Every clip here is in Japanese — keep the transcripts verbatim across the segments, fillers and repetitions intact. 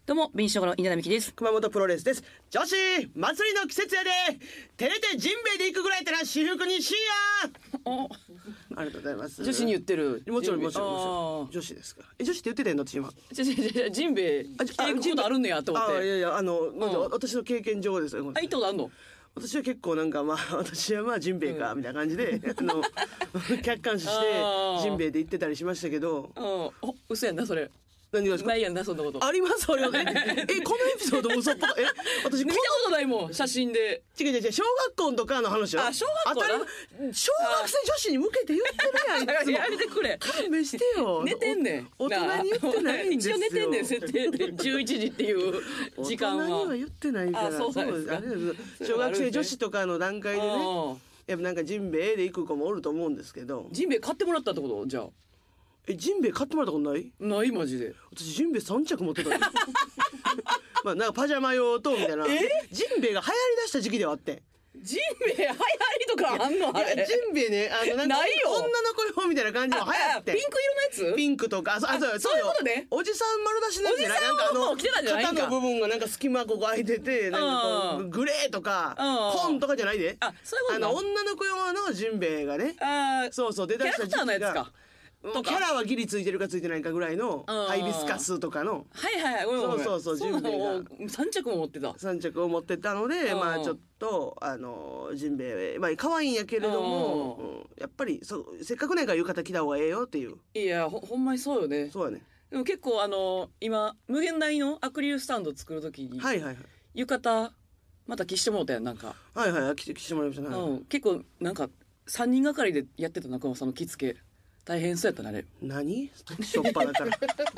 どうも紅しょうがの稲田美希です。 熊本プロレスです。女子祭りの季節やで、照れてジンベエで行くぐらいやったら私服にしや。 おありがとうございます。 女子に言ってる。 もちろんもちろんもちろん女子ですから。え、女子って言ってたんの私今。 じゃじゃじゃジンベエ着ていくことあるんねやと思って。 あ、いやいや、あの、まず私の経験上ですよ。 あ、行ったことあんの？ 私は結構なんかまあ私はまあジンベエかみたいな感じで、あの客観視してジンベエで行ってたりしましたけど。 うん。お、嘘やんなそれ。 何がですか？ ないやんなそんなこと。 ありますそれはね。え、このエピソード嘘っぽく、え、私見たことないもん写真で。 違う違う違う、小学校とかの話よ。 あ、小学校な。 小学生女子に向けて言ってないやん。いつもやめてくれ。 勘弁してよ。 寝てんねん。 大人に言ってないんですよ。 一応寝てんねん設定でじゅういちじっていう時間は。 大人には言ってないから。 あ、そうですか。 小学生女子とかの段階でね、やっぱなんかジンベエで行く子もおると思うんですけど。 ジンベエ買ってもらったってことじゃあ。 え、ジンベエ買ってもらったことない？ ないマジで。 私ジンベエさん着持ってた。まあなんかパジャマ用とみたいな。ジンベエが流行り出した時期ではあって。 ジンベエ流行りとかあんのあれ？ ジンベエね、あのなんかないよ。 女の子用みたいな感じも流行って。 ピンク色のやつ？ ピンクとか、あ、そうそうそういうことね。 おじさん丸出しのやつじゃない？なんかあの肩の部分がなんか隙間ここ開いてて、なんかこうグレーとか紺とかじゃないで。 あ、そういうこと。 あの女の子用のジンベエがね。あ、そうそう出だした時期が。キャラクターのやつか。キャラはギリついてるかついてないかぐらいのハイビスカスとかの、 はいはい、そうそうそうジンベエがさん着も持ってた。 さん着を持ってたので、まあちょっとあのジンベエまあ可愛いんやけれども、うん、やっぱりそせっかくねんから浴衣着た方がええよっていう。 いや ほ, ほんまにそうよね。 そうやね。 でも結構あの今無限大のアクリルスタンド作るときに、はいはいはい、浴衣また着してもらったやんなんか。 はいはい着て着してもらいましたね。 うん、結構なんかさんにんがかりでやってた中尾さんの着付け。大変そうやったなあれ。 何？しょっぱだから。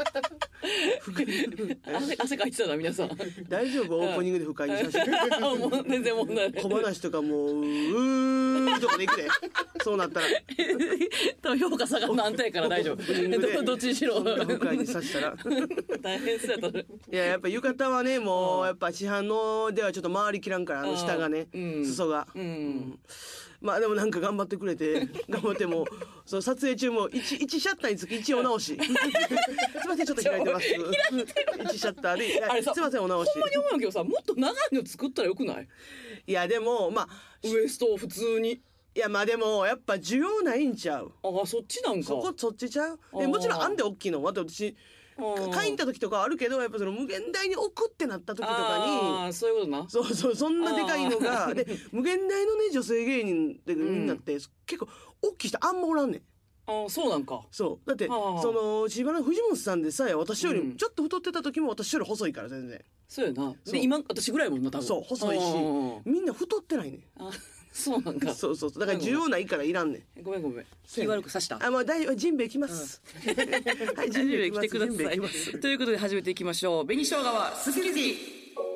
汗汗かいてたな皆さん。 大丈夫？オープニングで不快にさせて。 もう全然問題ない。 小話とかもううーとかでいくで。そうなったら。 多分評価下がるのあんたやから大丈夫。ど, どっちにしろ。 不快にさせたら。 大変そうやった。いややっぱ浴衣はねもうやっぱ市販のではちょっと回りきらんからあの下がね、うん、裾が。うんうんまあでもなんか頑張ってくれて頑張ってもそう撮影中も 1, 1シャッターにつきいちお直しすいませんちょっと開いてますいちシャッターであれさすいませんお直しほんまに思うけどさもっと長いの作ったらよくない？ いやでもまあウエストを普通にいやまあでもやっぱ需要ないんちゃう。 あそっちなんかそこそっちちゃうえもちろんあんで大きいの私買いに行った時とかあるけどやっぱその無限大に置くってなった時とかにあそういうことなそうそうそんなでかいのがで無限大のね女性芸人でみんなって、うん、結構大きい人あんまおらんねん。 あそうなんかそうだってその千葉の藤本さんでさえ私よりちょっと太ってた時も私より細いから全然そうやなで今私ぐらいもんな多分そう細いしみんな太ってないねん。 そうなんかそうそうそうだから需要ないからいらんねん。ごめんごめん気悪くさしたあもう大丈夫ジンベエ来ます、うん、はいジンベエ来てくださいということで始めていきましょう。紅生姜は好き好き。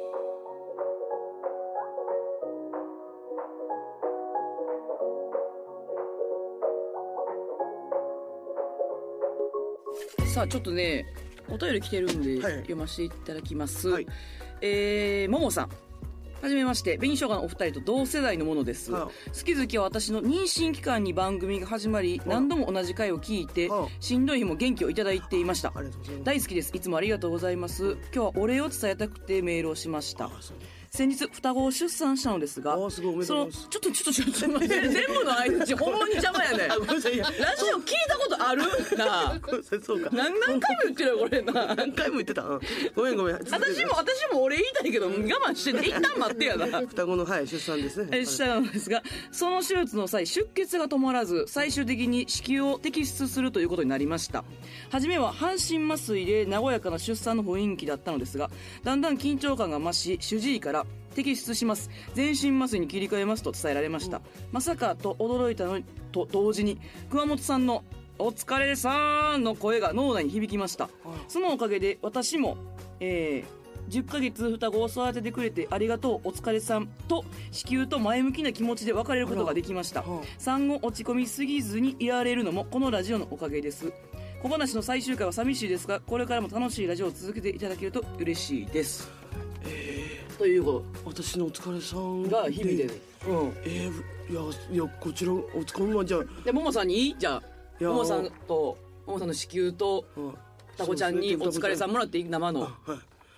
さあちょっとねお便り来てるんで、はい、読ませていただきます、はい、えー、ももさんはじめまして、紅しょうがのお二人と同世代のものです。好き好きは私の妊娠期間に番組が始まり、何度も同じ回を聞いて、しんどい日も元気をいただいていました。大好きです。いつもありがとうございます。今日はお礼を伝えたくてメールをしました。先日双子を出産したのですが、そのちょっとちょっとちょっと待って全部の相槌ほんまに邪魔やね。ラジオ聞いたことあるなあ。 そうか。 何何回も言ってるよこれな。 何回も言ってた。ごめんごめん。 私も私も俺言いたいけど我慢してて一旦待ってやな。 双子のはい出産ですね。 したのですが、その手術の際出血が止まらず最終的に子宮を摘出するということになりました。初めは半身麻酔で和やかな出産の雰囲気だったのですが、だんだん緊張感が増し主治医から摘出します全身麻酔に切り替えますと伝えられました、うん、まさかと驚いたのと同時に熊本さんのお疲れさーんの声が脳内に響きました、うん、そのおかげで私も、えー、じゅっかげつ双子を育ててくれてありがとうお疲れさんと子宮と前向きな気持ちで別れることができました、うん、産後落ち込みすぎずにいられるのもこのラジオのおかげです。小話の最終回は寂しいですがこれからも楽しいラジオを続けていただけると嬉しいです。ということ私のお疲れさんが日々で、うん、 えー、いやいやこちらお疲れ様じゃあでももさんにいいじゃあももさんとももさんの子宮と双子ちゃんにお疲れさんもらっていい生の、はい、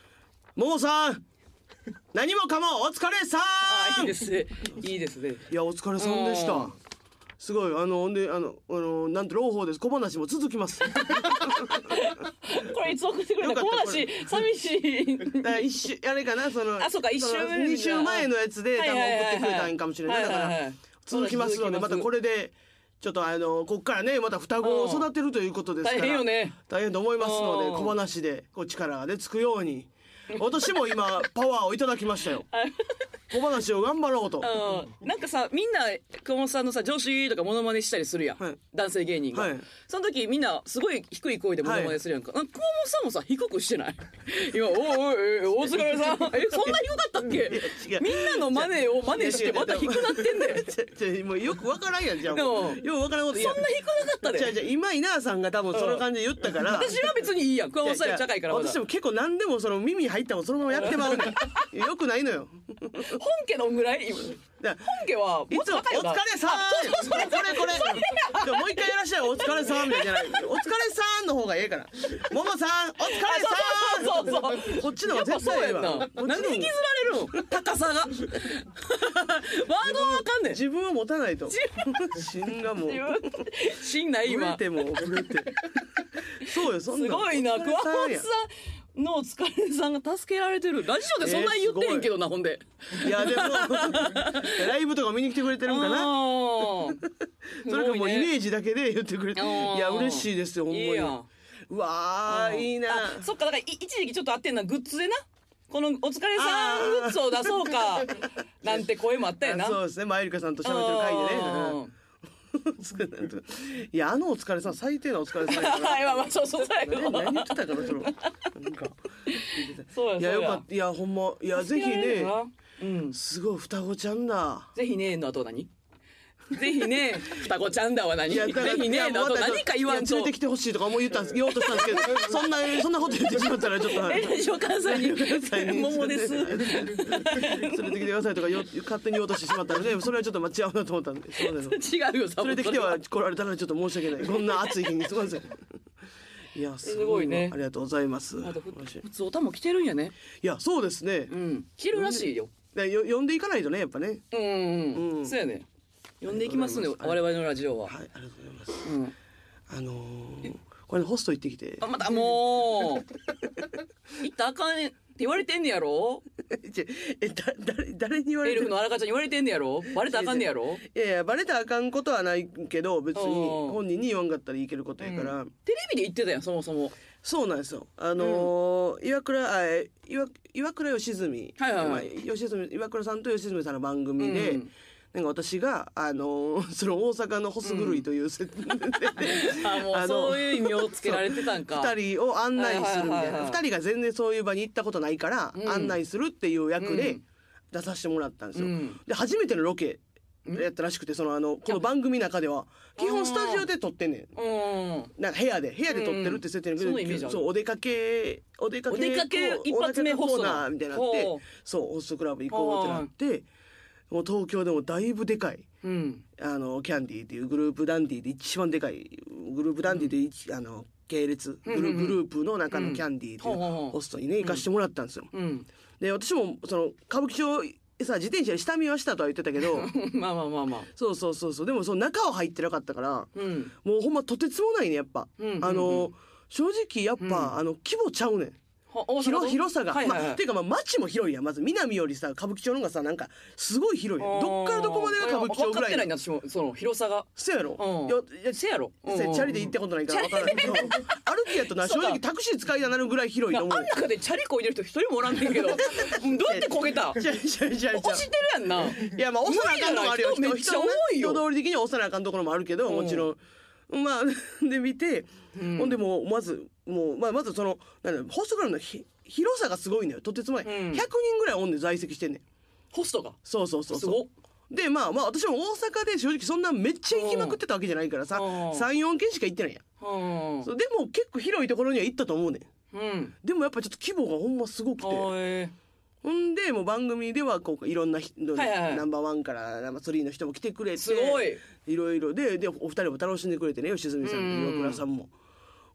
ももさん何もかもお疲れさん。 あいいですねいいですね。 いやお疲れさんでした。すごいあのであのあのなんて朗報です。小話も続きますこれいつ送ってくれた小話寂しいだから一週あれかなそのあそうか一週目二週前のやつで多分送ってくれたんかもしれない。だから続きますのでまたこれでちょっとあのこっからねまた双子を育てるということですから大変よね。 大変と思いますので小話でこう力がねつくように私も今パワーをいただきましたよ小話を頑張ろうと、 うん、なんかさみんな熊本さんのさ女子とかモノマネしたりするやん、はい、男性芸人が、はい、その時みんなすごい低い声でモノマネするやんか、はい、熊本さんもさ低くしてない今おいおいお疲れさんえそんな低かったっけみんなのマネを真似してまた低くなってんだよもうよくわからんやんじゃんよくわからんことそんな低くなかったでじゃあじゃあ今稲田さんが多分その感じで言ったから、うん、 私は別にいいやん熊本さんより高いから私も結構何でもその耳入ったもそのままやってまうねんよくないのよ本家のぐらい本家はもっと高いよな。 お疲れさんこれこれこれもう一回やらしたよお疲れさんみたいなじゃないお疲れさんの方がええからももさんお疲れさんそうそうそうこっちの方が絶対ええわなんで引きずられるの高さがワードはわかんねん自分を持たないと芯がもう芯ない今ブレてもブレてそうよそんなすごいな桑本さんのお疲れさんが助けられてるラジオでそんなに言ってへんけどな、えー、ほんでいやでもライブとか見に来てくれてるんかなそれかもうイメージだけで言ってくれていや嬉しいですよほんまにいいやうわーいいなそっかだから一時期ちょっとあってんなグッズでなこのお疲れさんグッズを出そうかなんて声もあったよなそうですねまゆりかさんと喋ってる回でねいやあのお疲れさん最低なお疲れさんやからはいまあまあそうそう最後何言ってたかなそのなんかそうやいやよかったいやほんまいやぜひね、うん、すごい双子ちゃんだぜひねの後何ぜひね双子ちゃんだわ何ぜひねの後何か言わんと連れてきてほしいとか思う言ったんです言おうとしたんですけどそんなそんなこと言ってしまったらちょっとえラジオ関西に桃です連れてきてくださいとかよ勝手に言おうとしてしまったのでそれはちょっと間違うなと思ったんでそう違うよ連れてきては来られたらちょっと申し訳ないこんな暑い日にすごいですいやすごいねありがとうございます。 普通おたも来てるんやね。 いやそうですね。 うん。来るらしいよ。 よ呼んでいかないとねやっぱね。 うんうんうん。そうやね。呼んでいきますね我々のラジオは。 はいありがとうございます。うん。あのー、これホスト行ってきて。 あまたもう。行ったらあかんって言われてんねやろ。 えだ誰誰に言われてエルフの荒川ちゃんに言われてんねやろ。バレたらあかんねやろ。 いやいやバレたらあかんことはないけど別に本人に言わんかったらいけることやから、うん、 テレビで言ってたやんそもそも。 そうなんですよあのーうん、岩倉あ岩岩倉良純、はいはいはい、吉住岩倉さんと吉住さんの番組で、うん、なんか私が、あのー、その大阪のホス狂いという、うん、 あもうそういう意味をつけられてたんかふたりを案内するみたいな、ふたりが全然そういう場に行ったことないから、うん、案内するっていう役で出させてもらったんですよ、うん、で初めてのロケやったらしくてそのあのこの番組の中では基本スタジオで撮ってんねんなんか部屋で部屋で撮ってるって設定のけど、そうお出かけお出かけお出かけ一発目ホストコーナーみたいになってそうホストクラブ行こうってなってもう東京でもだいぶでかい、うん、あのキャンディーっていうグループダンディーで一番でかいグループダンディーで一、うん、あの系列グル、うんうん、グループの中のキャンディーっていうホストにね行かしてもらったんですよ、うん、で私もその歌舞伎町さ自転車で下見はしたとは言ってたけどまあまあまあまあそうそうそうそうでもその中は入ってなかったから、うん、もうほんまとてつもないねやっぱ、うんうんうん、あの正直やっぱ、うん、あの規模ちゃうねん広, 広さが、はいはいはいまあ、っていうかまあ街も広いやんまず南よりさ歌舞伎町の方がさなんかすごい広いやんどっからどこまでが歌舞伎町ぐらい分かってないな私もその広さがせやろ、 うん、いやせやろ、 うん、チャリで行ったことないから分からないけど歩きやとな正直タクシー使いたなるぐらい広いと思うあん中でチャリこいでる人一人もおらんねんけどどうやってこけた起こしてるやんないやまあ押さなあかんとこあるよ人めっちゃ多いよ人通り的には押さなあかんところもあるけど、うん、もちろんまあで見て、うん、ほんでもうまずもう、まあ、まずそのなんだホストクラブのひ広さがすごいのよとてつもない、うん、ひゃくにんぐらいおんで在籍してんねんホストがそうそうそうそうでまあまあ私も大阪で正直そんなめっちゃ行きまくってたわけじゃないからさ さん,よん 軒しか行ってないやんそうでも結構広いところには行ったと思うねん、うん、でもやっぱちょっと規模がほんますごくてほんでもう番組ではこういろんな人、はいはいはい、ナンバーワンからナンバースリーの人も来てくれてすごいいろいろででお二人も楽しんでくれてね吉住さんと岩倉さんも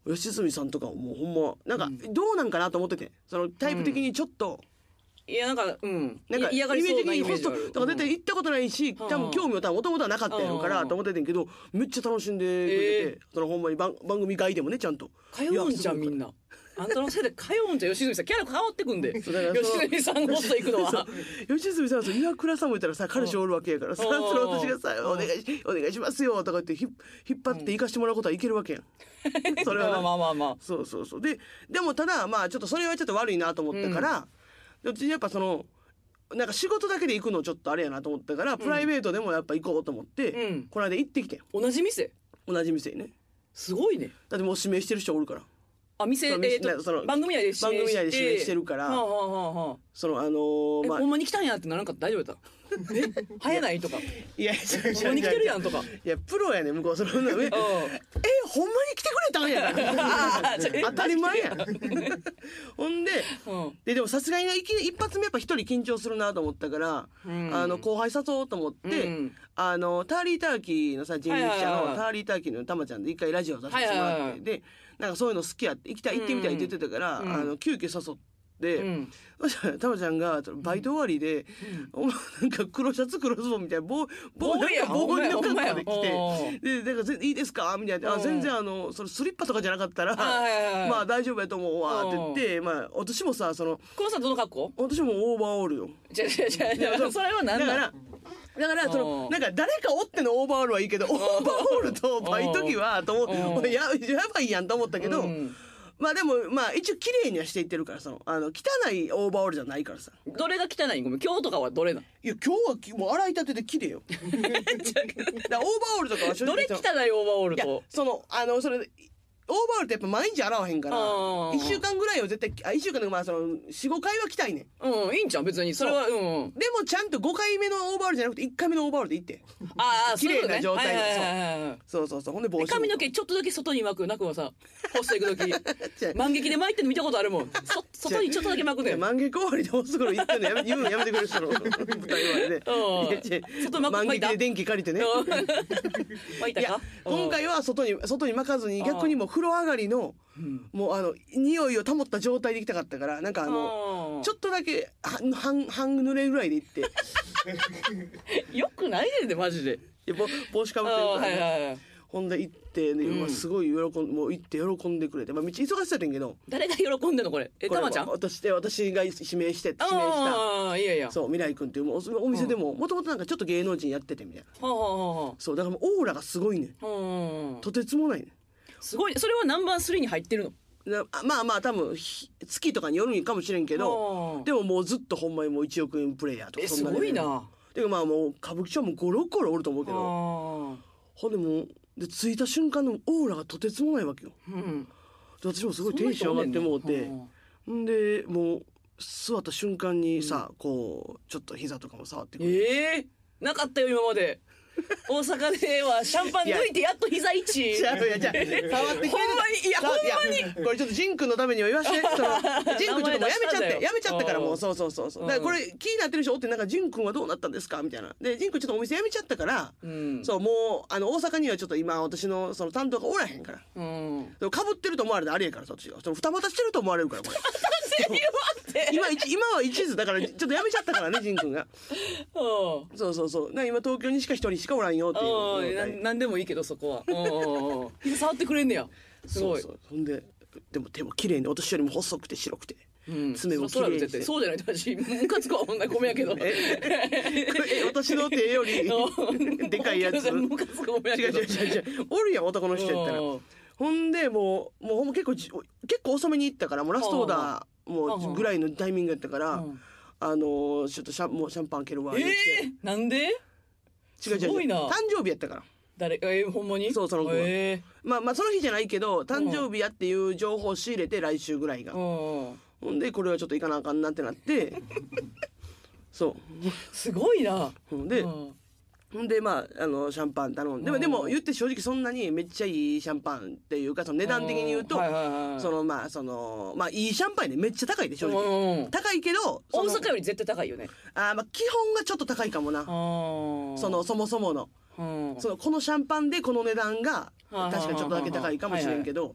吉住さんとかもうほんまなんかどうなんかなと思ってて、そのタイプ的にちょっと、 いやなんかうんなんか嫌がりそうなイメーホストジあるだから絶対行ったことないし、多分興味は多分もともとはなかったやろからと思っててんけど、めっちゃ楽しんでくれてて、 えそのほんまに番番組外でもねちゃんと通うんじゃんみんな。あんたのせいで通うんじゃん。吉住さんキャラ変わってくんで。吉住さんホスト行くのは。 吉住さんは岩倉さんもいたらさ彼氏おるわけやからさ、それ私がさお願いしお願いしますよとか言ってひ引っ張って行かしてもらうことはいけるわけやん。それはなまあまあまあ。 そうそうそう。ででもただまあちょっとそれはちょっと悪いなと思ったから、うちやっぱそのなんか仕事だけで行くのちょっとあれやなと思ったから、プライベートでもやっぱ行こうと思って、 うん、 この間行ってきて。 同じ店？ 同じ店にね。 すごいね。 だってもう指名してる人おるから。 あ、店、えー、と番組内で指名して番組内で指名してるから、はあはあはあ、そのあのー、 まあ、ほんまに来たんやってならんかった大丈夫だったえ早ないとかいやほんまに来てるやんとかいやプロやね向こうそのええほんまに来てくれたんやから当たり前やんほんで、うん、ででもさすがに一発目やっぱ一人緊張するなと思ったから、うん、あの後輩誘おうと思って、うん、あのターリーターキーのさ人力車のターリーターキーのたまちゃんで一回ラジオ出させてもらって、はいはいはい、でなんかそういうの好きやって行きたい行ってみたいって言ってたから、うん、あの急遽誘ってで、うん、そしたらたまちゃんがバイト終わりで、うん、なんか黒シャツ黒ズボンみたいな棒棒なんか棒の格好で来てでなんかいいですかみたいな、あ全然あのそれスリッパとかじゃなかったらまあ大丈夫やと思うわって言って、まあ私もさその黒さんどの格好？ 私もオーバーオールよ。 じゃじゃじゃそれは何だ？ だからだからそのなんか誰かおってのオーバーオールはいいけどオーバーオールとバイト着はと思うややばいやんと思ったけど。うんまあでもまあ一応綺麗にはしていってるから、そのあの汚いオーバーオールじゃないからさ。 どれが汚い？ごめん今日とかはどれな？ いや今日はもう洗いたてで綺麗よだからオーバーオールとかは正直どれ汚いオーバーオールと、いやそのあのそれオーバーオールってやっぱ毎日洗わへんからいっしゅうかんぐらいは絶対あいっしゅうかんでまあその よん,ご 回は着たいねん。 うんいいんじゃん別にそれは。うんでもちゃんとごかいめのオーバーオールじゃなくていっかいめのオーバーオールでいってああ綺麗な状態でそうそうそうほんで帽子髪の毛ちょっとだけ外に巻くなくはさホスト行く時万劇で巻いてるの見たことあるもんそ外にちょっとだけ巻くねん。 万劇終わりでホストから行ってんのやめ言うのやめてくれる人の舞台終わりで外巻く万劇で電気借りてね巻いたか。 今回は外に外に巻かずに逆にもう風呂上がりのうん、もうあの匂いを保った状態で行きたかったからなんかあのちょっとだけ半半濡れぐらいで行ってよくないねんでマジで。 いや帽子かぶってるから、ねはいはいはい、ほんで行ってね、うん、すごい喜んもう行って喜んでくれて、まあ、めっちゃ忙しそうやったんけど誰が喜んでんのこれえたまちゃん私私が指名して指名したあいやいやそう未来君っていうお店でももともとなんかちょっと芸能人やっててみたいな、はあはあ、そうだからもうオーラがすごいね、はあ、とてつもないねすごい。それはナンバースリーに入ってるの？まあまあ多分月とかによるんかもしれんけどでももうずっとほんまにもういちおくえんプレイヤーとかそんな、ね、すごいな。 でまあもう歌舞伎町もごろっころおると思うけどほんでもうで着いた瞬間のオーラがとてつもないわけよ、うん、で私もすごいテンション上がってもうてんでもう座った瞬間にさ、うん、こうちょっと膝とかも触ってくる。 ええー、なかったよ今まで大阪ではシャンパン抜いてやっと膝位置いやいやじゃ触ってくれるほんまにいやほんまにこれちょっとジン君のためには言わしてそのジン君ちょっともうやめちゃってやめちゃったからもうそうそうそうそうだからこれ気になってる人おってなんかジン君はどうなったんですかみたいなでジン君ちょっとお店やめちゃったから、うん、そうもうあの大阪にはちょっと今私のその担当がおらへんから、うん、でも被ってると思われてあれやからそっちがその二股してると思われるからこれ今今は一途だからちょっとやめちゃったからねジン君がそうそうそう今東京にしか一人しかおらんよっていう何でもいいけどそこは膝触ってくれんねやすごい。 そうそうそんででも手も綺麗に私よりも細くて白くて、うん、爪も綺麗にしてそうじゃないと私ムカつくわ女米やけどえ私の手よりでかいやつムカつく米やけど違う違う違う違うおるやん男の人やったらほんでもうもうほんま結構結構遅めに行ったからもうラストオーダーもうぐらいのタイミングやったからあのー、ちょっとシャンもうシャンパン開けるわえー、なんで違う違う違うすごいな誕生日やったから誰えー、ほんまにそうその子は、えー、まあまあその日じゃないけど誕生日やっていう情報を仕入れて来週ぐらいがほんでこれはちょっと行かなあかんなってなってそうすごいなほんで、うんほんでまああのシャンパン頼んでもでも言って正直そんなにめっちゃいいシャンパンっていうかその値段的に言うと、はいはいはい、そのまあそのまあいいシャンパンやねめっちゃ高いで正直高いけど大阪より絶対高いよねあまあ基本がちょっと高いかもなそのそもそものそのこのシャンパンでこの値段が確かにちょっとだけ高いかもしれんけど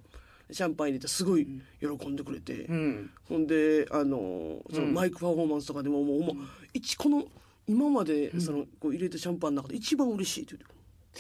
シャンパン入れてすごい喜んでくれて、 うん、 ほんであのそのマイクパフォーマンスとかでももう、もう一この今までそのこう入れてシャンパンの中で一番嬉しいって言って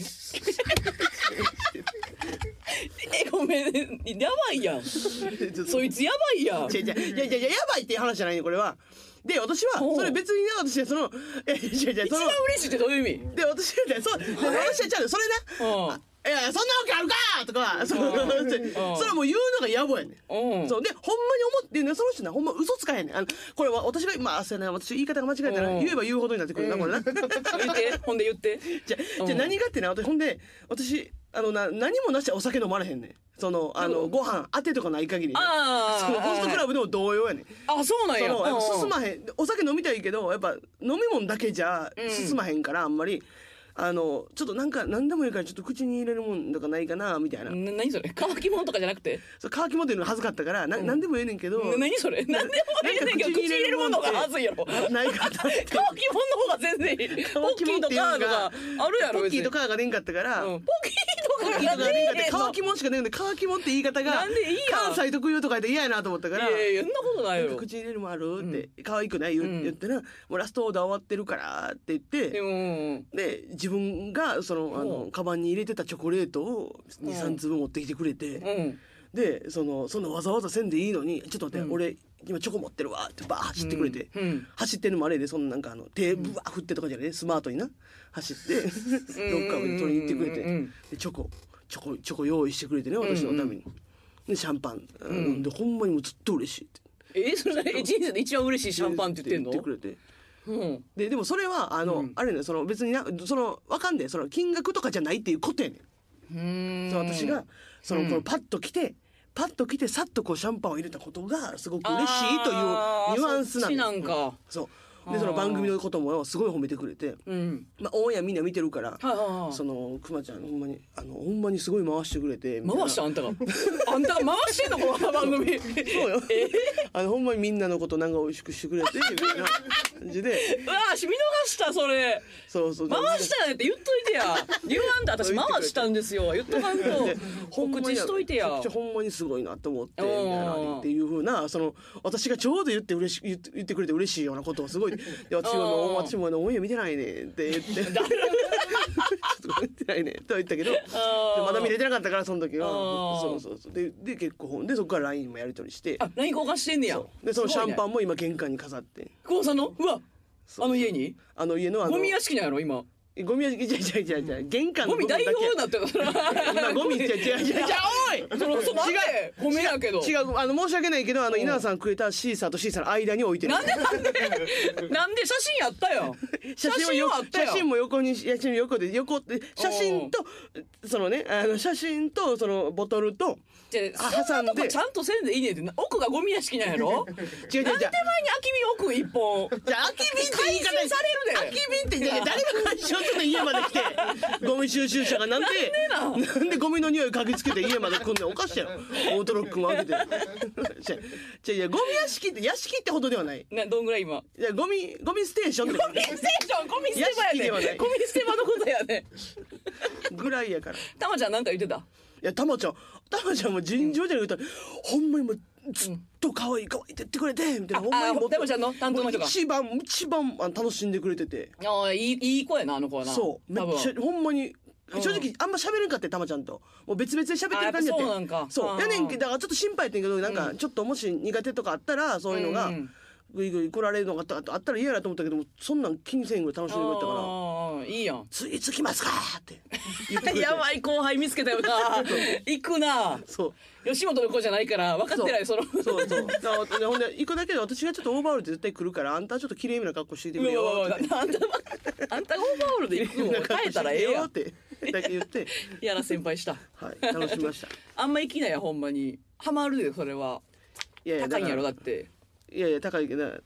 えごめんやばいやんそいつやばいやん。 いやいやいやいややばいっていう話じゃないねこれは。で私はそれ別にね私はそのいやいやいや一番嬉しいってどういう意味で私はねそうで私はちゃうそれな。いやそんなわけあるかとかそのそれはもう言うのが野暮やねん。そうでほんまに思ってねその人なほんま嘘つかへんねん。あのこれは私がまあそうやな私言い方が間違えたら言えば言うほどになってくるなこれな。 言ってほんで言ってじゃじゃ何がってな私ほんで私あのな何もなしでお酒飲まれへんねん。そのあのご飯当てとかない限り、ね、 あそのホストクラブでも同様やねん。 あそうなんや。 そのやっぱ進まへんお酒飲みたいけどやっぱ飲み物だけじゃ進まへんからあんまり。あのちょっとなんか何でもいいからちょっと口に入れるもんとかないかなみたいな。 な何それ乾き物とかじゃなくてそう乾き物っていうのが恥ずかったからな、うん、何でもええねんけど何それ何でもええねんけど口に入れるものが恥ずいやろないかな乾き物の方が全然いいポッキーとカーがあるやろポッキーとカーが出んかったから、 うん、ポッキーとカーが出んかった乾き物しか出んで乾き物って言い方がなんでいいや関西特有とかで嫌やなと思ったからいやいやそんなことないよ口に入れるもあるって、うん、可愛くない言ってな、もうラストオーダー終わってるからって言って、うん、で自分がそのあのカバンに入れてたチョコレートを に,さん 粒持ってきてくれて、うん、でそのそんなわざわざせんでいいのにちょっと待って、うん、俺今チョコ持ってるわってバー走ってくれて、うんうん、走ってるのもあれでそんななんかあの手ブワー振ってとかじゃねスマートにな走ってロッカーまで取りに行ってくれて、でチョコチョコチョコ用意してくれてね私のために、でシャンパン飲んで、うん、ほんまにもうずっと嬉しいってえそれ人生で一番嬉しいシャンパンって言ってんの言ってくれて。うん、ででもそれはあの、うん、あれねその別になそのわかんでその金額とかじゃないっていうことやねん。うーんそう私がその、うん、このパッと来てパッと来てさっとこうシャンパンを入れたことがすごく嬉しいというニュアンスなんなんかそうでその番組のこともすごい褒めてくれて、うんまあ、オンエアみんな見てるから、はそのくまちゃんほんまにあのほんまにすごい回してくれて回したあんたがあんたが回してんのこの番組そうよ、えー、あのほんまにみんなのことなんか美味しくしてくれてみたいな感じでうわー見逃したそれそうそう回したねって言っといてや言わんと私回したんですよ言っとかんと告知しといてやほんまにすごいなと思ってみたいなっていう風なその私がちょうど言って嬉し言って言ってくれて嬉しいようなことをすごいいや私も私もオンエア見てないねって言ってちょっと見てないねとは言ったけどまだ見れてなかったからその時はそうそうそうでで結構でそこから ライン もやり取りしてあ ライン 交換してんねやでそのシャンパンも今玄関に飾って久保さんのうわあの家にあの家のあのゴミ屋敷なんやろ今ゴミ屋敷じゃじゃじゃじゃ玄関のゴミ大表になってる今ゴミ違う違う違う違うおいそのその違うゴミやけど違うあの申し訳ないけどあの稲田さんくれたシーサーとシーサーの間に置いてるなんでなんでなんで写真やったよ写真はあったよ写真も横に写真横で横で写真とそのねあの写真とそのボトルと挟んでちゃんとせんでいいねって奥がゴミ屋敷なんやろ違う違う違うなんで手前に空き瓶置く一本じゃ空き瓶って言い方回収されるで空き瓶って誰が回収するの家まで来てゴミ収集車がなんでなんでゴミの匂い嗅ぎつけて家まで来んねんおかしいやろオートロックも開けてじゃいやゴミ屋敷って屋敷ってほどではないなどんぐらい今いやゴミゴミステーションってゴミステーションゴミ捨て場やねゴミ捨て場のことやねぐらいやからたまちゃんなんか言ってたいやたまちゃんたまちゃんも尋常じゃなくてほんまにもうずっと可愛い可愛いって言ってくれてみたいな、ほんまにもたまちゃんの担当の人が一番一番楽しんでくれててああいいいい子やなあの子はなそうめっちゃほんまに正直あんま喋れんかってたまちゃんともう別々で喋ってる感じやってそうなんかそうやねんけどだからちょっと心配やってんけどなんかちょっともし苦手とかあったらそういうのがグイグイ来られるのがあったら嫌やなと思ったけどもそんなん気にせんぐらい楽しんでくれたからあいいやんついつきますかって言ってくれてやばい後輩見つけたよな行くなそう吉本の子じゃないから分かってないそのそうそうだほんで行くだけで私がちょっとオーバーオールで絶対来るからあんたちょっと綺麗めな格好していてくれよってあんたあんたがオーバーオールで行くのを変えたらええやんってだけ言って嫌な先輩したはい楽しみましたあんま行きなやほんまにハマるでそれはいやいや高いんやろだっていやいや高いけどだから、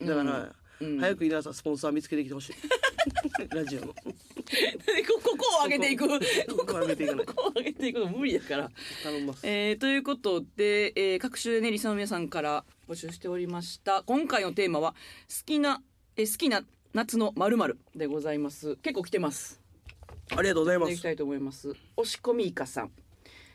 うん、早く稲田さんスポンサー見つけてきてほしいラジオのここを上げていくここを上げていかないここを上げていくの無理やから頼みます、 えー、ということで、えー、各種ねリスナーの皆さんから募集しておりました今回のテーマは好きな、えー、好きな夏の〇〇でございます。結構来てます。 ありがとうございます。 いきたいと思います。押し込みいかさん、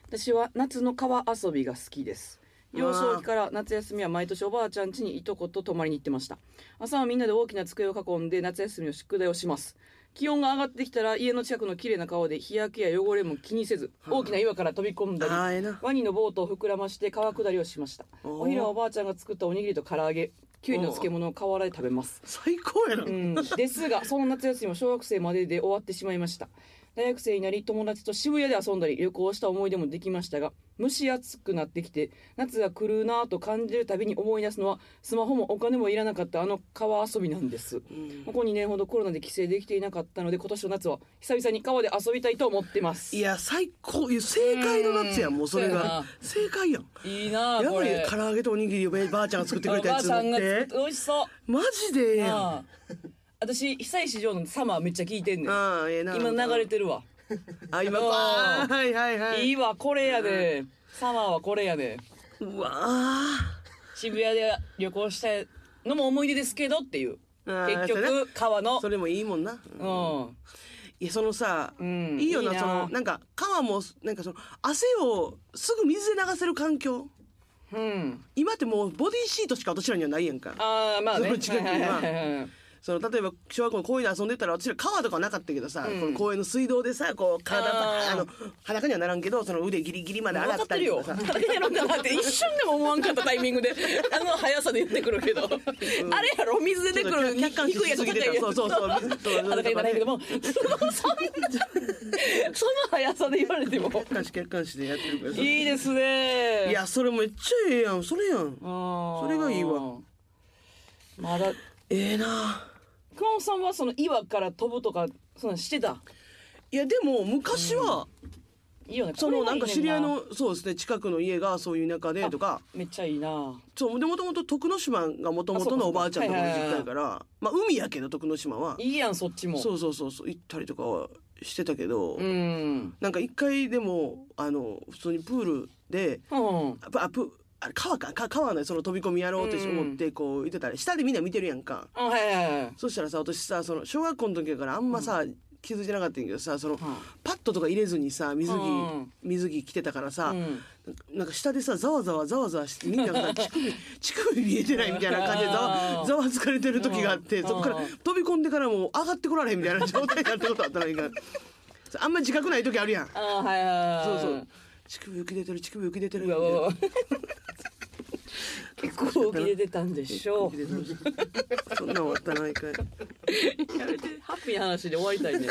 私は夏の川遊びが好きです。幼少期から夏休みは毎年おばあちゃん家にいとこと泊まりに行ってました。朝はみんなで大きな机を囲んで夏休みの宿題をします。気温が上がってきたら家の近くの綺麗な川で日焼けや汚れも気にせず大きな岩から飛び込んだり、ワニのボートを膨らまして川下りをしました。お昼はおばあちゃんが作ったおにぎりと唐揚げ、きゅうりの漬物を河原で食べます。 最高やな、 うん、ですがその夏休みも小学生までで終わってしまいました。大学生になり友達と渋谷で遊んだり旅行した思い出もできましたが、蒸し暑くなってきて夏が来るなぁと感じるたびに思い出すのはスマホもお金もいらなかったあの川遊びなんです、うん、ここにねんほどコロナで帰省できていなかったので今年の夏は久々に川で遊びたいと思ってます。 いや最高、正解の夏やん、もうそれが正解やん。 いいなぁこれ。 やばい、唐揚げとおにぎりをばあちゃんが作ってくれたやつおばあちゃんがって美味しそう。 マジでええやん。 私久石譲のサマーめっちゃ聞いてんねん。 ああ、ええな。 今流れてるわ。 あ、今あーはいはいはいいいわ、これやで、サマーはこれやで。 うわー、 渋谷で旅行したのも思い出ですけどっていう、結局川のそれもいいもんな、 うん、 いやそのさ、 うん、 いいよないいな。 そのなんか川もなんかその汗をすぐ水で流せる環境、 うん、 今ってもうボディシートしか私らにはないやんか。 ああまあね、 その近くにはその例えば小学校の公園で遊んでたら私ら川とかはなかったけどさ、うん、この公園の水道でさこう体あの裸にはならんけどその腕ギリギリまで洗ったりとかさ、分かってるよ裸になるんだなって一瞬でも思わんかったタイミングであの速さで言ってくるけど、うん、あれやろ水出てくる客観視しすぎてた、そうそうそう裸にならんけどもその速さで言われても客観視客観視でやってるからさ、 いいですね。 いやそれめっちゃええやん、それやん、それがいいわ。 まだええー、な。 熊本さんはその岩から飛ぶとかそんなんしてた？ いやでも昔は、 うん、いいよね。 そのなんか知り合いのそうですね近くの家がそういう中でとか、 めっちゃいいな。 そうでもともと徳之島がもともとのおばあちゃんとこの実家やから、まあ海やけど徳之島はいいやんそっちも。そうそうそうそう行ったりとかはしてたけど、 うん、 なんか一回でもあの普通にプールで、うん、あプあ川か川のその飛び込みやろうって思ってこう言ってたら下でみんな見てるやんか、 うんはいはいはい、 そしたらさ私さその小学校の時だからあんまさ、うん、気づいてなかったんやけどさその、うん、パッドとか入れずにさ水着、うん、水着着てたからさ、うん、なんか下でさざわざわざわざわしてみんなが乳首乳首見えてないみたいな感じでざわざわつかれてる時があって、うん、そっから飛び込んでからもう上がってこられへんみたいな状態になったことあったのにあんまり自覚ない時あるやん。 あはいはいそうそう乳首浮き出てる乳首浮き出てるみたいな結構浮き出てたんでしょう。 そんな終わったないかい。 やめてハッピーな話で終わりたいね。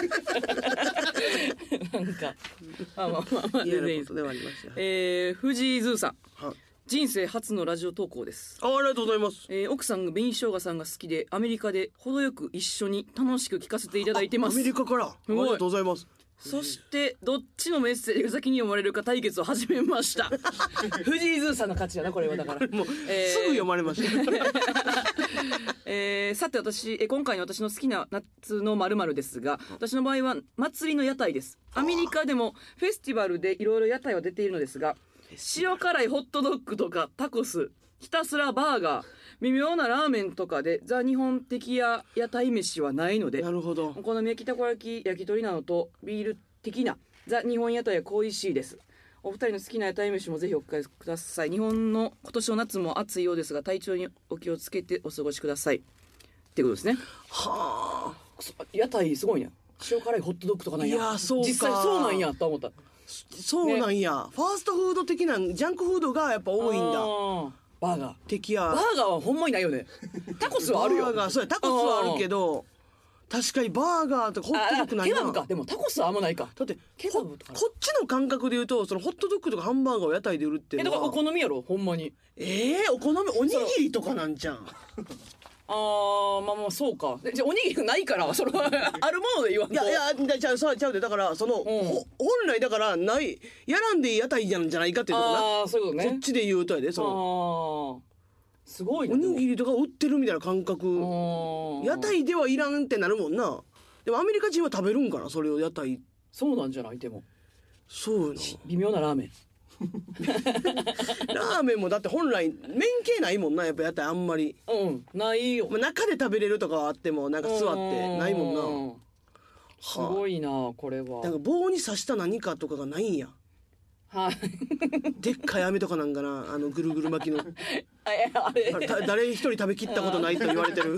なんかまあまあまあまあ嫌なことではありました。 えー、藤井ズーさん、は人生初のラジオ投稿です。 あ、ありがとうございます。 えー、奥さんが紅生姜さんが好きでアメリカで程よく一緒に楽しく聞かせていただいてます。 アメリカからありがとうございます。 そしてどっちのメッセージが先に読まれるか対決を始めました。藤井ズーさんの勝ちやなこれはだからもう、えー、すぐ読まれました。 えー、さて私え今回の私の好きな夏の〇〇ですが、私の場合は祭りの屋台です。アメリカでもフェスティバルでいろいろ屋台は出ているのですが、塩辛いホットドッグとかタコス、ひたすらバーガー、微妙なラーメンとかでザ日本的や屋台飯はないので、 なるほど。 お好み焼きたこ焼き焼き鳥などとビール的なザ日本屋台は恋しいです。お二人の好きな屋台飯もぜひお聞かせください。日本の今年の夏も暑いようですが体調にお気をつけてお過ごしくださいってことですね。 はあ、屋台すごいね。塩辛いホットドッグとかなんや。 いやそうか、 実際そうなんやと思った。 そうなんや、ね、ファーストフード的なジャンクフードがやっぱ多いんだ。 バーガー敵やバーガーはほんまにないよね。タコスはあるよ。 バーガーそうやタコスはあるけど確かにバーガーとかホットドッグないな。 ケバブか。でもタコスはあんまないか。 だってケバブとかこっちの感覚で言うとそのホットドッグとかハンバーガーを屋台で売るっていうのはえだからお好みやろほんまに。 えー、お好みおにぎりとかなんじゃん。 あーまあまあそうか。じゃあおにぎりないからそのあるもので言わんと。 いやいやちゃうちゃうでだからその、うん、本来だからないやらんでいい屋台じゃんじゃないかっていうとこな。 ああそういうことね。 そっちで言うとやでそのあすごいね。 おにぎりとか売ってるみたいな感覚屋台ではいらんってなるもんな。でもアメリカ人は食べるんかなそれを屋台。 そうなんじゃない。でもそうな微妙なラーメンラーメンもだって本来麺系ないもんなやっぱ屋台あんまり。 うんないよ。 中で食べれるとかはあってもなんか座ってないもんな。 すごいなこれは。 なんか棒に刺した何かとかがないんや。 はいでっかい飴とかなんかな、あのぐるぐる巻きのあえあれだ誰一人食べきったことないと言われてる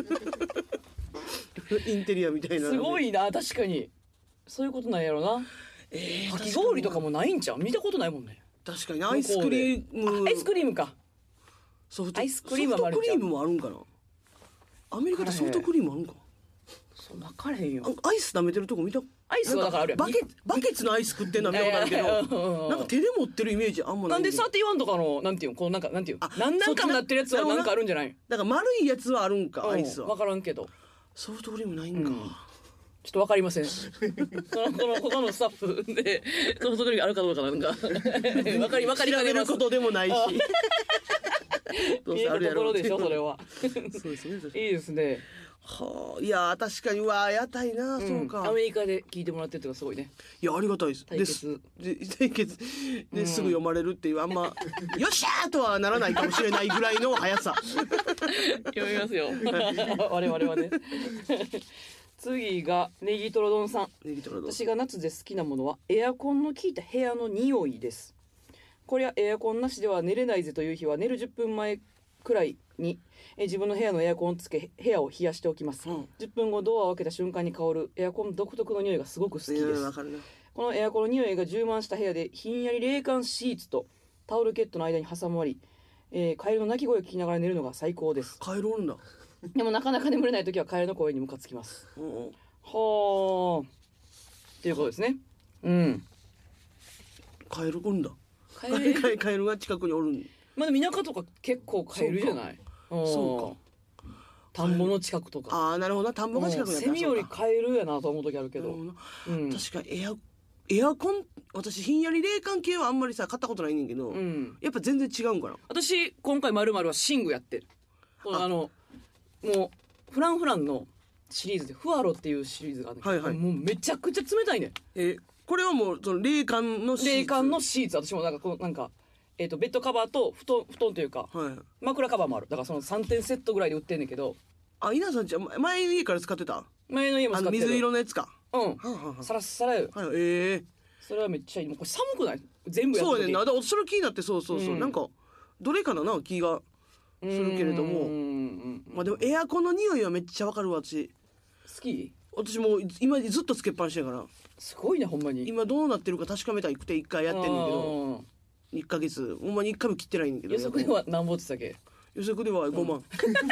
インテリアみたいな。 すごいな、確かにそういうことなんやろな。 えー、 かき氷とかもないんちゃう？見たことないもんね。 確かにアイスクリーム、 アイスクリームか。 ソフトアイスクリームはソあるんちゃうフトクリームもあるんかな。アメリカってソフトクリームあるんか。 そう分かれへんよ。 あアイス舐めてるとこ見た。 アイスはだからあるやん。 バケバケツのアイス食ってんのは見たことあるけいやいやいやど、なんか手で持ってるイメージあんまな。 ないんでけどサーティワンとかのなんていうのこうなんかなんていうのあ何段階になってるやつはなんかあるんじゃない？ だから丸いやつはあるんか、アイスは。 分からんけどソフトクリームないんか、 うんちょっと分かりません。このこの他のスタッフでソフトクリームあるかどうかなんか分かり分かりかねます。 調べることでもないしどういいせあるやろところでしょそれは。 そうですね。 いいですね。 はあ、いや確かにわあやたいな、そうか。 アメリカで聞いてもらってるのがすごいね。 いやありがたいです。 対決で対決ですぐ読まれるっていうあんまよっしゃーとはならないかもしれないぐらいの速さ。 読みますよ。我々はね。次がネギトロ丼さん。 ネギトロ丼。 私が夏で好きなものはエアコンの効いた部屋の匂いです。これはエアコンなしでは寝れないぜという日は寝るじゅっぷんまえくらいにえ自分の部屋のエアコンをつけ部屋を冷やしておきます、うん、じゅっぷんごドアを開けた瞬間に香るエアコン独特の匂いがすごく好きです。 わかるな。 このエアコンの匂いが充満した部屋でひんやり冷感シーツとタオルケットの間に挟まり、えー、カエルの鳴き声を聞きながら寝るのが最高です。 カエルおるんだ。 でもなかなか眠れない時はカエルの声にムカつきます。 うんうん、 はあっていうことですね。うんカエルおるんだ。 カエルカエルが近くにおるん。 まあ、田舎とか結構カエルじゃない？ そうか。 田んぼの近くとか。 ああなるほどな、田んぼが近くにあった。 セミよりカエルやなと思う時あるけど。 うん、確かにエアエアコン私ひんやり冷感系はあんまりさ買ったことないねんけど、うん、やっぱ全然違うんかな。 私今回まるまるはシングやってる。あのもうフランフランのシリーズでフワロっていうシリーズがね、はいはい、もうめちゃくちゃ冷たいね。 えー、これはもうその冷感のシーツ。 冷感のシーツ。私もなんかこうなんか。えー、とベッドカバーと布団布団というか、はい、枕カバーもある。だからそのさんてんセットぐらいで売ってんねんけど。 あ、稲さんちは前の家から使ってた？ 前の家も使ってる。 あの水色のやつか。 うん。はあはあ、サラッサラよ。 はい、ええー。それはめっちゃいい。もうこれ寒くない？全部やってる。 そうやねんな。だからそれ気になって、そうそうそう、うん、なんかどれかなな気がするけれども、まあでもエアコンの匂いはめっちゃわかるわ。私好き？ 私も今ずっとつけっぱなしやから。 すごいねほんまに。 今どうなってるか確かめたいくて一回やってんねんけど。いっかげつほんまにいっかいも切ってないんだけど。 予測では何ぼって言ったっけ？ 予測ではごまん、うん、ど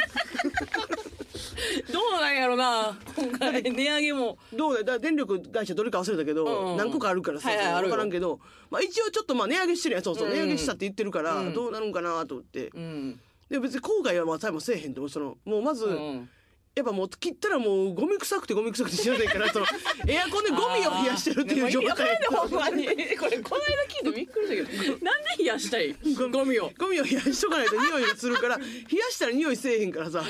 うなんやろな今回値上げもどうだ、だから電力会社どれか忘れたけど、うんうん、何個かあるからさ、はいはい、分からんけど、まあ、一応ちょっとまあ値上げしてるやん。そうそう、うん、値上げしたって言ってるから、うん、どうなるんかなと思って、うん、で別に後悔はまあ最後せえへんと。そのもうまず、うんやっぱもう切ったらもうゴミ臭くてゴミ臭くて知らないからそのエアコンでゴミを冷やしてるっていう状態。 ほんまにこれこの間聞いてびっくりしたけどなんで冷やしたいゴミをゴミを冷やしとかないと匂いがするから冷やしたら匂いせえへんからさ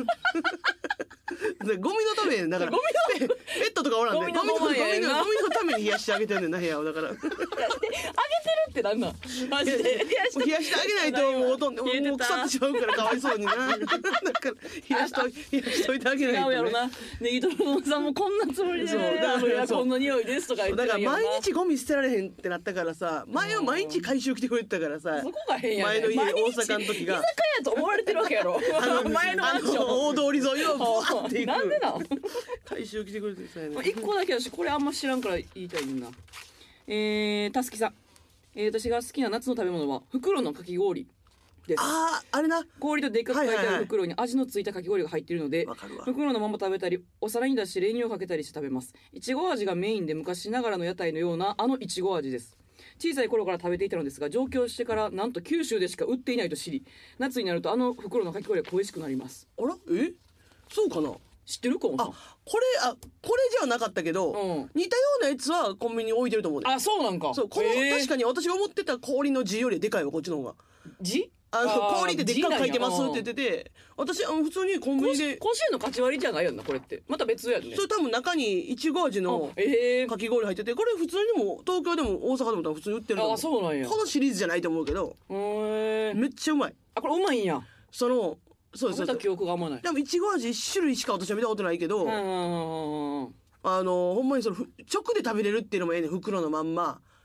ゴミのためだからゴミのペットとかおらんで、ね、ゴミのゴミのゴミのために冷やしてあげてんねんな部屋を。だからあげてるってなんなんマジで冷やして冷やしてあげないともうほとんどもう腐ってしまうからかわいそうになだから冷やしと冷やしといてあげないと、ね、 違うやろな。ネギトロさんもこんなつもりで、ね、エアコンの匂いですとか言ってだから毎日ゴミ捨てられへんってなったからさ、前は毎日回収来てくれてたからさ、 そこが変やね。 前の家大阪の時が居酒屋と思われてるわけやろあの前のマンション大通り沿いをブワッていくなんでなん回収来てくれてさ、 ね、一個だけ私これあんま知らんから言いたいんだ。えー、たすきさん、えー、私が好きな夏の食べ物は袋のかき氷です。 ああ、あれな。 氷とでっかく書いてある袋に味のついたかき氷が入っているので、袋のまま食べたりお皿に出して練乳をかけたりして食べます。いちご味がメインで昔ながらの屋台のようなあのいちご味です。小さい頃から食べていたのですが上京してからなんと九州でしか売っていないと知り、夏になるとあの袋のかき氷が恋しくなります。 あら、えそうかな。 知ってるかも。 あ、これあこれじゃなかったけど、うん、似たようなやつはコンビニに置いてると思うね。 あ、そうなんか。 そうこの、えー、確かに私が思ってた氷の字よりでかいわこっちの方が。 字？ あの氷ででっかく書いてますって言ってて、私あの普通にコンビニで甲子園の勝ち割りじゃないよなこれって。また別やんね。 それ多分中にいちご味のかき氷入ってて、これ普通にも東京でも大阪でも普通に売ってるの。 あ、そうなんや。 このシリーズじゃないと思うけど、へめっちゃうまい。 あ、これうまいんや。 そのそうです。 食べた記憶があんまない。 でもいちご味いち種類しか私は見たことないけど、あのほんまにその直で食べれるっていうのもええね。袋のまんま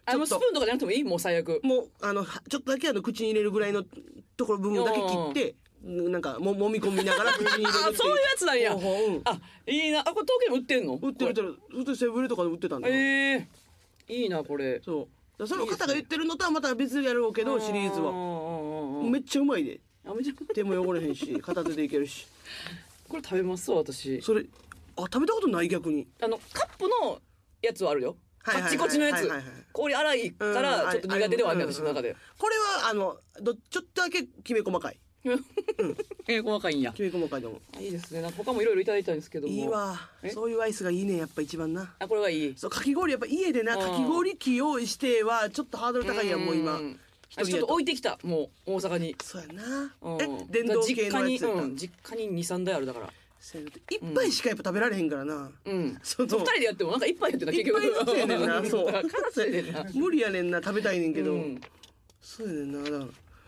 あのスプーンとかじゃなくてもいいもう最悪もうあのちょっとだけあの口に入れるぐらいのところ部分だけ切ってなんかも揉み込みながら口に入れるってあそういうやつなんや、 うん、 あいいなあこれ東京でも売ってんの売ってる売ってる普通セブンとかで売ってたんだよええー、いいなこれそうその方が言ってるのとはまた別でやろうけどシリーズはめっちゃうまいであめちゃ手も汚れへんし片手でいけるしこれ食べます私それあ食べたことない逆にあのカップのやつはあるよカッチコチのやつ氷粗いからちょっと苦手ではあるんです私の中でこれはあのどちょっとだけきめ細かいうん、え細かいんやきめ細かいでもいいですねなんか他もいろいろいただいたんですけどもいいわそういうアイスがいいねやっぱ一番なあこれがいいそうかき氷やっぱ家でなかき氷機用意してはちょっとハードル高いやんもう今ちょっと置いてきたもう大阪にそうやな、 うん、 え電動系のやつやった、 うん、実家ににさんだいあるだから一杯しかやっぱ食べられへんからなうんそのふたりでやってもなんか一杯やってな結局一杯ずつやねんなそうそうやねんな無理やねんな食べたいねんけど、うん、そうやねんなだから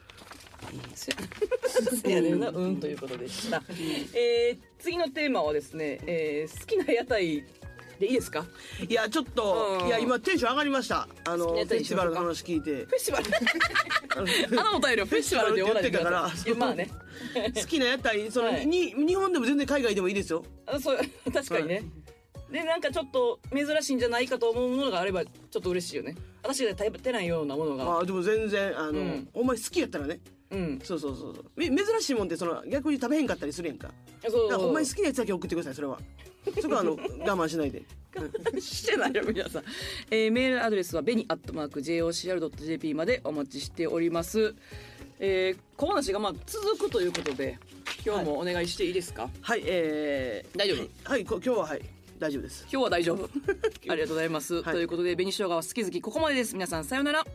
いやねんなうんということでした、えー、次のテーマはですね、えー、好きな屋台でいいですかいやちょっと、うん、いや今テンション上がりましたあのフェスティバルの話聞いてフェスティバルあのお便りをフェスティバルって言ってたからまあね好きな屋台その、はい、に日本でも全然海外でもいいですよあそう確かにね、はい、でなんかちょっと珍しいんじゃないかと思うものがあればちょっと嬉しいよね私が食べてないようなものがあでも全然あの、うん、お前好きやったらねうん、そうそうそうそう珍しいもんってその逆に食べへんかったりするやんかそうだからお前好きなやつだけ送ってくださいそれはそこはあの我慢しないでしてないよ皆さん、えー、メールアドレスはベニアットマーク ジェイオーシーアールドットジェーピー までお待ちしております、えー、小話がまあ続くということで今日もお願いしていいですかはい、はい、えー、 大丈夫はい、はい、今日ははい大丈夫です今日は大丈夫ありがとうございます、はい、ということで紅生姜は好き好きここまでです皆さんさようなら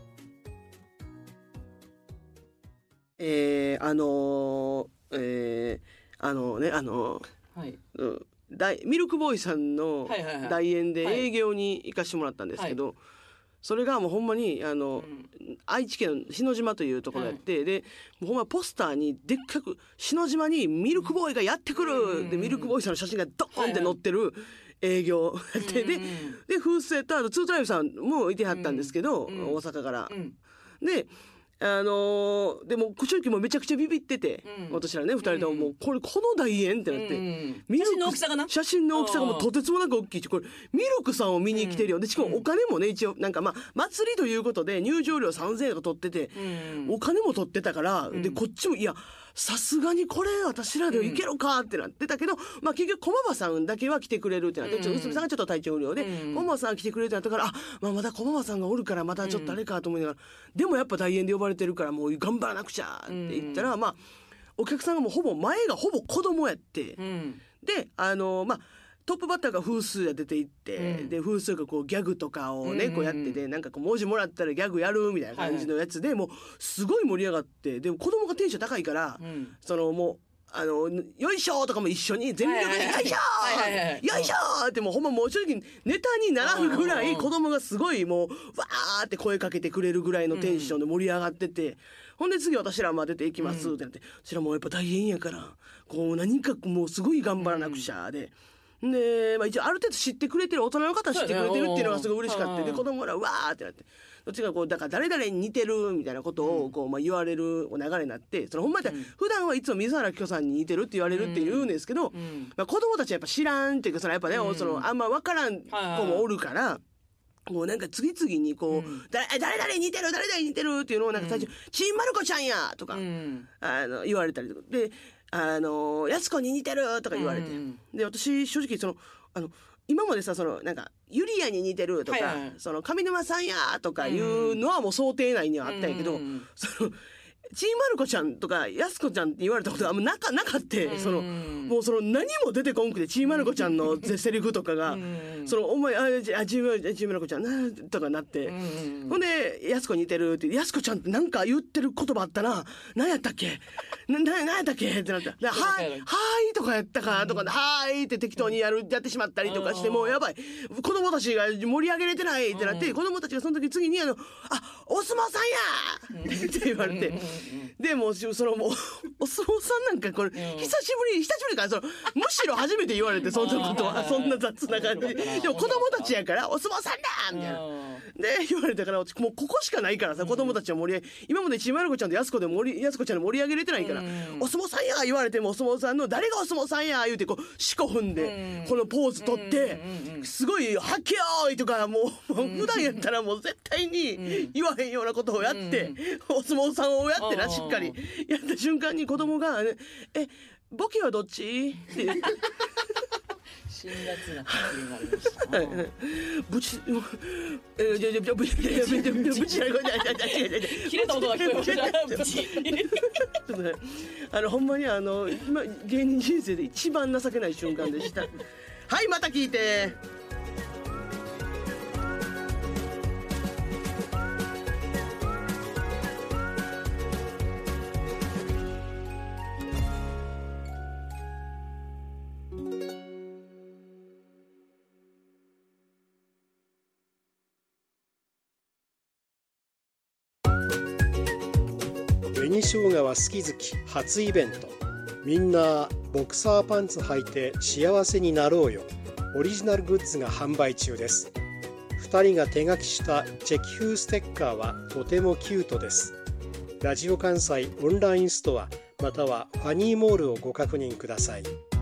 えー、あのー、えー、あのねあのー、はい、うん、大ミルクボーイさんの代演で営業に行かしてもらったんですけど、はいはい、それがもうほんまにあの、うん、愛知県の篠島というところやって、はい、でもうほんまポスターにでっかく篠島にミルクボーイがやってくる、うん、でミルクボーイさんの写真がドーンって載ってる営業やって、はいはい、でで風船とあとツートライブさんもいてはったんですけど、うん、大阪から、うん、であのー、でも正直もめちゃくちゃビビってて、うん、私らねふたりとももうこれこの大演ってなって、うん、 写真の大きさがな写真の大きさがもうとてつもなく大きいしこれミルクさんを見に来てるよ、うん、でしかもお金もね一応なんかまあ祭りということで入場料さんぜんえんとか取ってて、うん、お金も取ってたから、うん、でこっちもいやさすがにこれ私らでいけるかってなってたけど、うん、まあ結局駒場さんだけは来てくれるってなって、うん、ちょっと娘さんがちょっと体調不良で、うん、駒場さん来てくれるってなったからあ、まあ、まだ駒場さんがおるからまたちょっとあれかと思いながら、うん、でもやっぱ大演で呼ばれてるからもう頑張らなくちゃって言ったら、うん、まあお客さんがもうほぼ前がほぼ子供やって、うん、であのまあトップバッターが風数が出ていって、うん、で風数がこうギャグとかをね、うん、こうやっててなんかこう文字もらったらギャグやるみたいな感じのやつで、はいはい、もうすごい盛り上がってでも子供がテンション高いから、うん、そのもうあのよいしょとかも一緒に全力でよいしょよいしょってもうほんまもう正直ネタにならんぐらい子供がすごいもうわーって声かけてくれるぐらいのテンションで盛り上がってて、うん、ほんで次私らま出ていきますってなって、うん、私らもうやっぱ大変やからこう何かもうすごい頑張らなくちゃで。で、まあ、一応ある程度知ってくれてる大人の方は知ってくれてるっていうのがすごい嬉しかったで子供らわーってなってどっちがこうだから誰々に似てるみたいなことをこう、まあ、言われる流れになってそのほんまに普段はいつも水原希子さんに似てるって言われるって言うんですけど、うんまあ、子供たちはやっぱ知らんっていうかそのやっぱね、うん、そのあんま分からん子もおるから。もうなんか次々にこう、うん、誰々に似てる誰々に似てるっていうのをなんか最初、うん、ちんまる子ちゃんやとか、うん、あの言われたりとかであのやす子に似てるとか言われて、うん、で私正直そのあの今までさそのなんかユリアに似てるとか、はいはい、その上沼さんやとかいうのはもう想定内にはあったんやけど、うん、そのちーまる子ちゃんとかやす子ちゃんって言われたことがあんまなかなかって、うん、そのもうその何も出てこんくてちーまる子ちゃんのセリフとかが、うん、そのお前あちーまる子ちゃんなとかなって、うん、ほんでやす子似てるってやす子ちゃんってなんか言ってる言葉あったな何やったっけな何やったっけってなってははいはいとかやったかとかではいって適当にやるやってしまったりとかしてもうやばい子供たちが盛り上げれてないってなって子供たちがその時次にあのあお相撲さんやって言われて。 でもうそのもうお相撲さんなんかこれ、うん、久しぶり久しぶりからそのむしろ初めて言われてそんなことはそんな雑な感じでも子供たちやからお相撲さんだみたいなで言われたからもうここしかないからさ、うん、子供たちは盛り上げ今までちびまる子ちゃんとやす子で盛りやす子ちゃんで盛り上げれてないから、うん、お相撲さんや言われてもお相撲さんの誰がお相撲さんや言うてこう四股踏んで、うん、このポーズ取って、うん、すごいはっけよーいとかもう、もう普段やったらもう絶対に言わへんようなことをやって、うん、お相撲さんをやってなしっかりやった瞬間に子供が、ね、えボケはどっちって辛辣な発言がありました。 ぶち、え、じゃじゃじゃぶち、ぶち、ぶち、 切れた音が聞こえました。ぶち。 あのほんまにあの今芸人人生で一番情けない瞬間でした。はい、また聞いて。 紅生姜は好き好き初イベント、みんなボクサーパンツ履いて幸せになろうよオリジナルグッズが販売中です。ふたりが手書きしたチェキ風ステッカーはとてもキュートです。ラジオ関西オンラインストアまたはファニーモールをご確認ください。